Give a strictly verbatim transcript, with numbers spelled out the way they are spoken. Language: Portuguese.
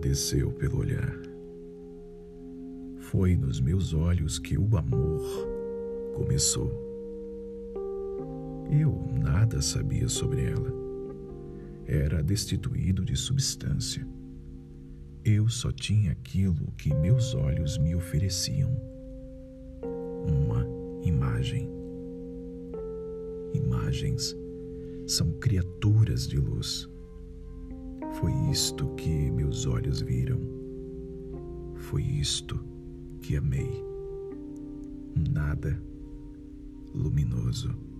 desceu pelo olhar. Foi nos meus olhos que o amor começou. Eu nada sabia sobre ela. Era destituído de substância. Eu só tinha aquilo que meus olhos me ofereciam. Uma imagem. Imagens são criaturas de luz. Foi isto que meus olhos viram. Foi isto que amei. Um nada luminoso.